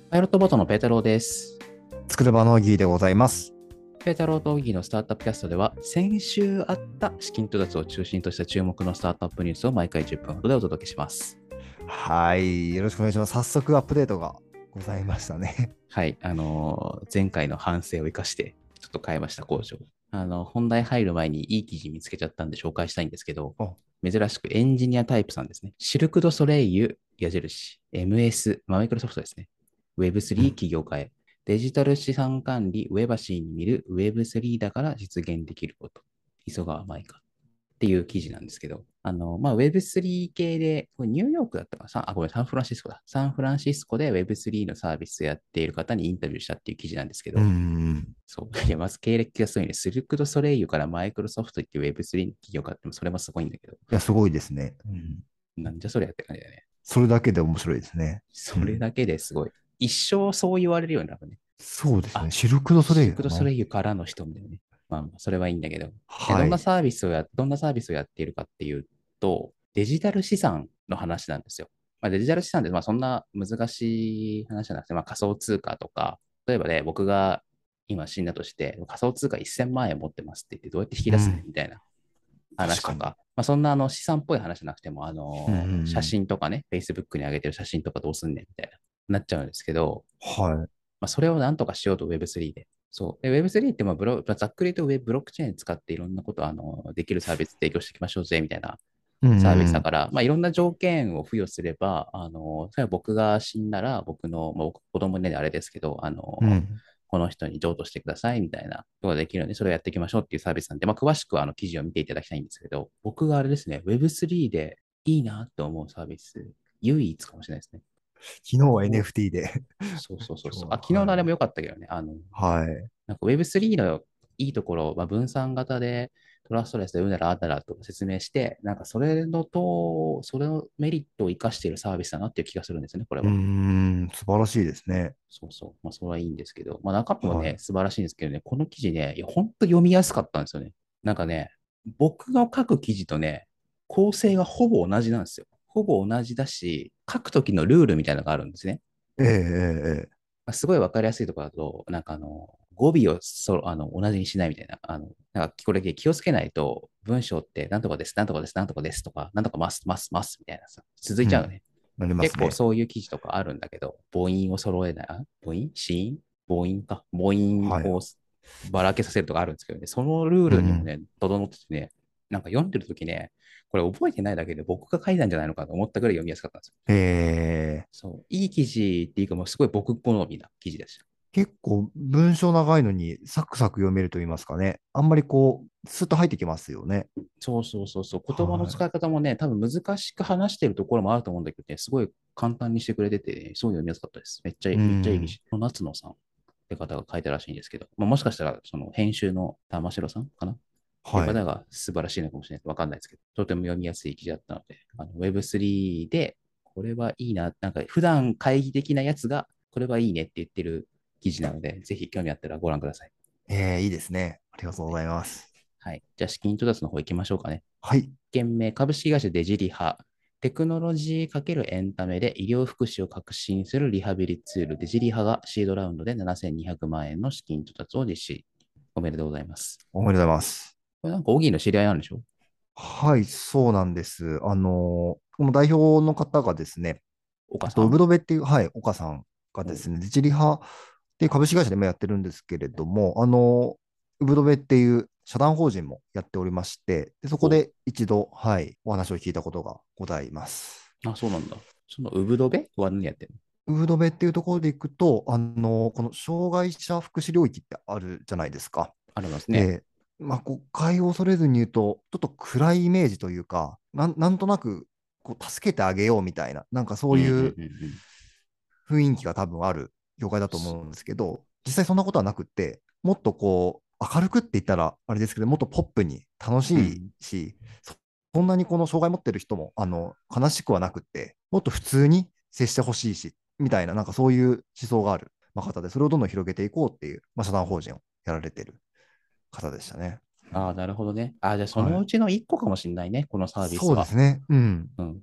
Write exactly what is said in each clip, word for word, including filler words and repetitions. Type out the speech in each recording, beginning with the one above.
パイロットボートのペータローです。 作る場のギーでございます。 ペータローとオギーのスタートアップキャストでは、先週あった資金調達を中心とした注目のスタートアップニュースを毎回じゅっぷんほどでお届けします。 はい。よろしくお願いします。早速アップデートがございましたね。 はい、あのー前回の反省を生かして、ちょっと変えました、工場。あの、本題入る前にいい記事見つけちゃったんで紹介したいんですけど、 お、 珍しくエンジニアタイプさんですね。シルク・ド・ソレイユ、矢印、エムエス、マイクロソフトですね。ウェブスリーうん。 起業家へ。デジタル資産管理、ウェバシーに見る ウェブスリー だから実現できること。急が甘いか。っていう記事なんですけど、あの、まあ、ウェブスリー 系で、これニューヨークだったかな、あ、ごめん、サンフランシスコだ。サンフランシスコで ウェブスリー のサービスやっている方にインタビューしたっていう記事なんですけうど、 ん。 そう。いや、まず経歴がすごいね。シルク・ド・ソレイユからマイクロソフトっていう ウェブスリー の企業があっても、それもすごいんだけど、 いや、すごいですね。うん。 なんじゃそりゃって感じだよね。 それだけで面白いですね。うん。 それだけですごい。一生そう言われるようになるね。あ、 そうですね。シルク・ドゥ・ソレイシルク・ド・ソレユだな。 イユからの人みたいなね。まあ、まあそれはいいんだけど。え、どんなはい。 サービスをや、どんなサービスをやっているかっていうと、デジタル資産の話なんですよ。まあ、デジタル資産って、まあ、そんな難しい話じゃなくて、まあ、仮想通貨とか、例えばね、僕が今死んだとして、仮想通貨せんまん円持ってますって言って、どうやって引き出すねうん。 みたいな確かに。 話とか、まあ、そんなあの資産っぽい話じゃなくても、あうんうんうの写ん。 真とかね、Facebook に上げてる写真とかどうすんねんみたいな、なっちゃうんですけど、 はまあ、それをなんとかしようと ウェブスリー で。そう。で ウェブスリー ってまあブロざっくりとウェブブロックチェーン使っていろんなことあのできるサービス提供していきましょうぜみたいない。うんサービスうんだから、まあ、いろんな条件を付与すれば、あの、例えば僕が死んだら、僕の、まあ、僕子供にね、あれですけど、あの、 うん。 この人に譲渡してくださいみたいなことができるので、それをやっていきましょうっていうサービスなんで、まあ、詳しくはあの記事を見ていただきたいんですけど、僕があれですね、ウェブスリー でいいなって思うサービス、唯一かもしれないですね。 昨日はこエヌエフティー でう、そうそうそうそう。あ、 今日は、 昨日のあれも良はい。 かったけどね、あの、 はい。 なんか ウェブスリー のいいところ、まあ、分散型でトラストレスでうならあだらと説明して、なんかそれのと、それのメリットを生かしているサービスだなっていう気がするんですよね、これうーは。 ん。素晴らしいですね。 そうそう。まあ、それはいいんですけど、まあ、中身もね、 はい。 素晴らしいんですけどね、この記事ね、いや、本当読みやすかったんですよね。なんかね、僕の書く記事とね、構成がほぼ同じなんですよ。ほぼ同じだし、書くときのルールみたいなのがあるんですね。 ええええええ。 まあすごいわかりやすいところだと、なんかあの、語尾をそあの同じにしないみたいな、あの、なんかこれ気をつけないと、文章ってなんとかです、なんとかです、なんとかですとか、なんとかます、ます、ますみたいなさ、続いうん。 ちゃうのね。 なりま結構すね。 そういう記事とかあるんだけど、母音を揃えない、あ母音子音母音か。母音はい。 をばらけさせるとかあるんですけどね、そのルーうん。 ルにもね、整っててね、なんか読んでるときね、これ覚えてないだけで僕が書いたんじゃないのかと思ったぐらい読みやすかったんですよ。 ええ。 そう。いい記事っていうか、もうすごい僕好みな記事でした。 結構文章長いのにサクサク読めると言いますかね。あんまりこう、スッと入ってきますよね。 そうそうそうそう。言葉の使はい方もね、多分難しく話してるところもあると思うんだけどね、すごい簡単にしてくれてて、すごい読みやすかったです。めっちゃいい。うい、めっちゃいい記ん。 事。夏野さんって方が書いたらしいんですけど、まあ、もしかしたら、その編集の玉城さんかなっていうはい。 方が素晴らしいのかもしれない。わかんないですけど、とても読みやすい記事だったので、あの ウェブスリー で、これはいいな、なんか普段会議的なやつが、これはいいねって言ってる記事なので、ぜひ興味あったらご覧ください。 ええ、いいですね。ありがとうございます。 はい。じゃあ、資金調達の方行きましょうかね。 はい。 件名、株式会社デジリハ。テクノロジー×エンタメで医療福祉を革新するリハビリツール、デジリハがシードラウンドでななせんにひゃくまん円の資金調達を実施。おめでとうございます。 おめでとうございます。 これなんか、オギーの知り合いなんでしょ？ はい、そうなんです。あの、この代表の方がですね、あと、ウブ岡さん。 ドベっていう、はい、岡さんがおですね、デジリハっていう株式会社でもやってるんですけれども、あの、ウブドベっていう社団法人もやっておりまして、で、そこおで一度、はい、お話を聞いたことがございます。 あ、そうなんだ。そのウブドベは何やってんの？ ウブドベっていうところでいくと、あの、この障害者福祉領域ってあるじゃないですか。 ありますね。 で、まあ、誤解を恐れずに言うと、ちょっと暗いイメージというか、なん、なんとなくこう助けてあげようみたいな、なんかそうん、うん、 ういううん、うん。 雰囲気が多分ある業界だと思うんですけど、実際そんなことはなくって、もっとこう、明るくって言ったらあれですけど、もっとポップに楽しいうん。 し、そそんなにこの障害持ってる人もあの悲しくはなくって、もっと普通に接してほしいし、みたいな、なんかそういう思想がある、まあ、方で、それをどんどん広げていこうっていう、まあ、社団法人をやられてる方でしたね。うああ、 ん、 なるほどね。ああ、じゃあそはい。 のうちの一個かもしれないね、このサービスそうでは。 すね。うん。 うん。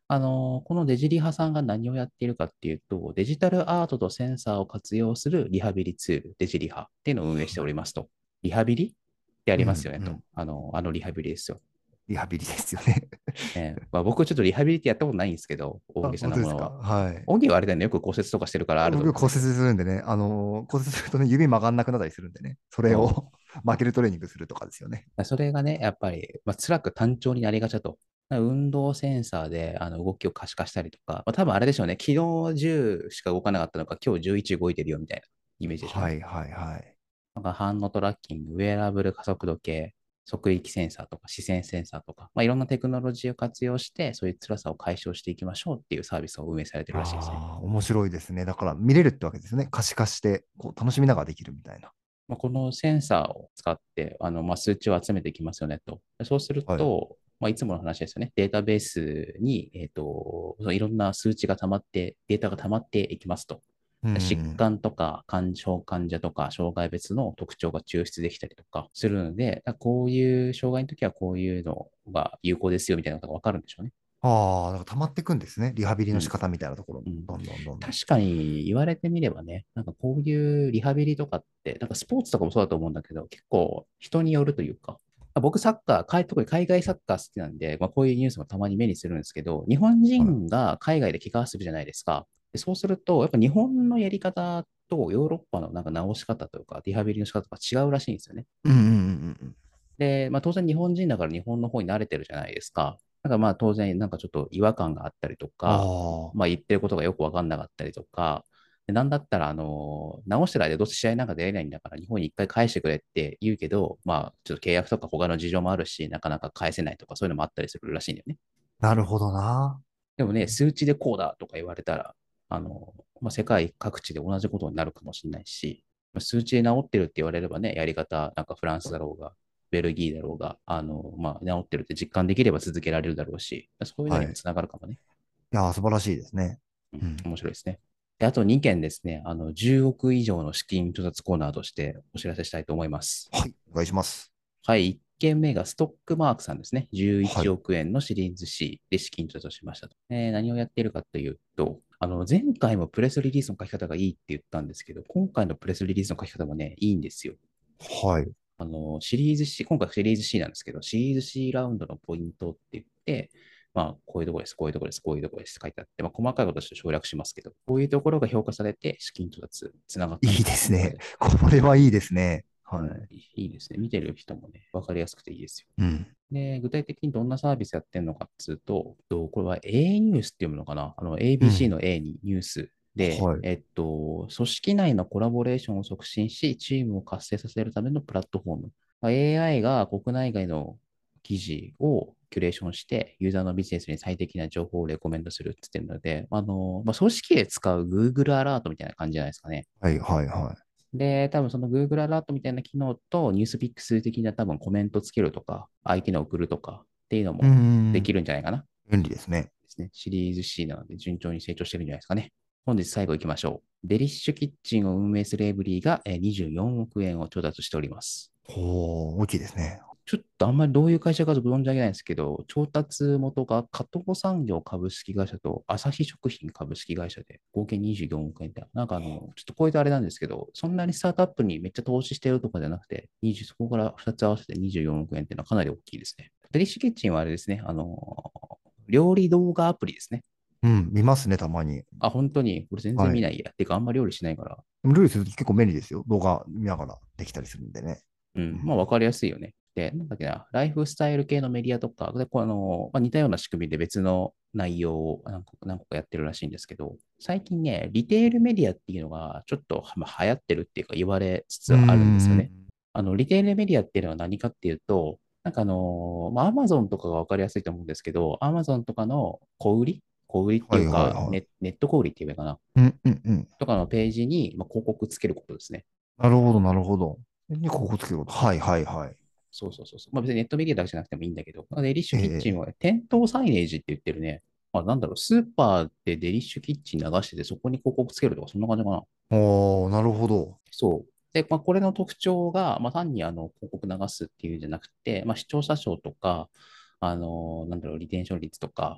あの、このデジリハさんが何をやっているかっていうと、デジタルアートとセンサーを活用するリハビリツール、デジリハっていうのを運営しておりますと。リハビリってあうりますよねと。 んうん。 あの、あのリハビリですよ。 リハビリですよね。 えーまあ、僕ちょっとリハビリってやったことないんですけど、大あ、 げさ本当ですか。 なものは。 はい。 大げはあれだよね、よく骨折とかしてるからあると僕骨折思うんだけど。 するんでね、あのー骨折するとね、指曲がんなくなったりするんでね、それそを負けるトレーニングするとかですよね。 う。それがね、やっぱり、まあ、辛く単調になりがちだと。運動センサーであの動きを可視化したりとか、まあ、多分あれでしょうね、昨日じゅうしか動かなかったのか、今日じゅういち動いてるよみたいなイメージでしょうね。 はいはいはい。 なんかハンドトラッキング、ウェアラブル加速度計、側域センサーとか視線センサーとか、まあ、いろんなテクノロジーを活用して、そういう辛さを解消していきましょうっていうサービスを運営されてるらしいですね。 ああ、面白いですね。だから見れるってわけですよね。可視化して、こう楽しみながらできるみたいな。 まあ、このセンサーを使って、あのまあ、数値を集めていきますよねと。そうするはい。 と、まあ、いつもの話ですよね。データベースに、えーと、そのいろんな数値が溜まって、データが溜まっていきますと。 う疾ん。 患とか患症患者とか障害別の特徴が抽出できたりとかするので、こういう障害の時はこういうのが有効ですよみたいなことがわかるんでしょうね。 ああ、だから溜まっていくんですね。リハビリうん。 の仕方みたいなところも。 うん。 どんどんどんどん。 確かに言われてみればね、なんかこういうリハビリとかって、なんかスポーツとかもそうだと思うんだけど、結構人によるというか、僕サッカー、海特に海外サッカー好きなんで、まあ、こういうニュースもたまに目にするんですけど、日本は人が海外で怪我するじゃないですか。でそうすると、やっぱ日本のやり方とヨーロッパのなんか治し方というか、リハビリの仕方とか違うらしいんですよね。 い。うんうんうんで、まあ当然日本人だから日本の方に慣れてるじゃないですか。だからまあ当然なんかちょっと違和感があったりとうん。 か、 ああ、 まあ言ってることがよくわかんなかったりとか、でなんだったら、あの、直してる間でどうせ試合なんか出れないんだから日本に一回返してくれって言うけど、まあちょっと契約とか他の事情もあるし、なかなか返せないとかそういうのもあったりするらしいんだよね。 なるほどな。 でもね、数値でこうだとか言われたら、あの、まあ、世界各地で同じことになるかもしれないし、数値で治ってるって言われればね、やり方、なんかフランスだろうが、ベルギーだろうが、あの、まあ、治ってるって実感できれば続けられるだろうし、そういうのはい。いにもつながるかもね。 やー、素晴らしいですね。 うん、 うん。 面白いですね。で、あとにけんですね、あの、じゅうおく以上の資金調達コーナーとしてお知らせしたいと思います。 はい。お願いします。 はい、いっけんめがストックマークさんですね。11 はい。 億円のシリーズ C で資金調達をしましたと。えー何をやっているかというと、あの、前回もプレスリリースの書き方がいいって言ったんですけど、今回のプレスリリースの書き方もね、いいんですよ。 はい。 あの、シリーズ C、今回シリーズ C なんですけど、シリーズ C ラウンドのポイントって言って、まあ、こういうところです、こういうところです、こういうところですって書いてあって、まあ、細かいこととして省略しますけど、こういうところが評価されて資金調達つながっいいたんだですね。 っていうので、 これはいいですね。 うん、 はい。 いいですね。見てる人もね、わかりやすくていいですよ。 うん。 で、具体的にどんなサービスやってるのかっつうと、とこれは A ニュースっていうものかなあのうエービーシーん。 の A にニュースで、 はい。 えっと、組織内のコラボレーションを促進し、チームを活性させるためのプラットフォーム。まあ エーアイ が国内外の記事をキュレーションして、ユーザーのビジネスに最適な情報をレコメンドするって言ってるので、あの、まあ、組織で使う Google アラートみたいな感じじゃないですかね。 はいはいはで、多分その Google アラートみたいな機能と、ニュースピックス的な多分コメントつけるとか、相手に送るとかっていうのい。うーもでん。 きるんじゃないかなで便利ですね。 すね。シリーズ C なので順調に成長してるんじゃないですかね。本日最後行きましょう。デリッシュキッチンを運営するエブリィがえーにじゅうよんおく円を調達しております。 ほう、大きいですね。 ちょっとあんまりどういう会社か存じ上げないんですけど、調達元が加藤産業株式会社と朝日食品株式会社で合計にじゅうよんおく円で、なんかあの、ちょっとこういうとあれなんですけど、そんなにスタートアップにめっちゃ投資してるとかじゃなくて、にじゅうそこからふたつ合わせてにじゅうよんおく円っていうのはかなり大きいですね。デリッシュキッチンはあれですね、あの、料理動画アプリですね。 うん、見ますね、たまに。 あ、本当に、これ全然はい。 見ないや。てか、あんま料理しないから、 でも料理すると結構便利ですよ。動画見ながらできたりするんでね。 うん、まうん。 あ分かりやすいよね。で、なんだっけな、ライフスタイル系のメディアとか、でこうあのまあ、似たような仕組みで別の内容を何個何個かやってるらしいんですけど、最近ね、リテールメディアっていうのがちょっと、まあ、流行ってるっていうか言われつうーつあるんですよね。 ん。 あの、リテールメディアっていうのは何かっていうと、なんかあの、まあ、アマゾンとかが分かりやすいと思うんですけど、アマゾンとかの小売り小売りってはいはいいうかはネ、ネット小売りって言えばいいかない。うんうんうん。 とかのページに、まあ、広告つけることですね。 なるほど、なるほど。にここつけること。はいはいはい。 そうそうそうそう。まあ別にネットメディアだけじゃなくてもいいんだけど、デリッシュキッチンええ、 は店頭サイネージって言ってるね。まあなんだろう、スーパーでデリッシュキッチン流しててそこに広告つけるとかそんな感じかな。 おー、なるほど。 そう。で、まあこれの特徴が、まあ単にあの広告流すっていうんじゃなくて、まあ視聴者賞とか、あの、なんだろう、リテンション率とか、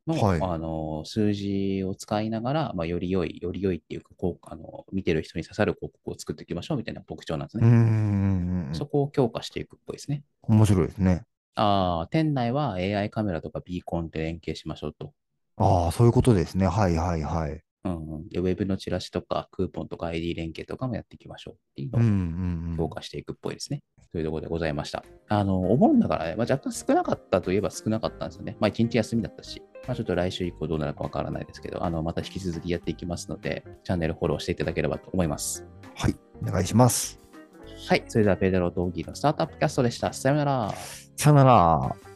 の、 はい。 あの数字を使いながら、まあ、より良い、より良いっていうか、こうあの見てる人に刺さる広告を作っていきましょうみたいな特徴なんですうーね。 ん。 そこを強化していくっぽいですね。 面白いですね。 ああ、店内は エーアイ カメラとかビーコンで連携しましょうと。 ああ、そういうことですね。はいはいはい。 うんうん、で、ウェブのチラシとかクーポンとか アイディー 連携とかもやっていきましょうっていうのをうんうん強化していくっぽいですね。というところでございました。あの、お盆だからね、まあ、若干少なかったといえば少なかったんですよね。まあ、一日休みだったし、まあ、ちょっと来週以降どうなるかわからないですけど、あの、また引き続きやっていきますので、チャンネルフォローしていただければと思います。 はい。お願いします。 はい。それでは、ペデロとオギーのスタートアップキャストでした。さようなら。 さよなら。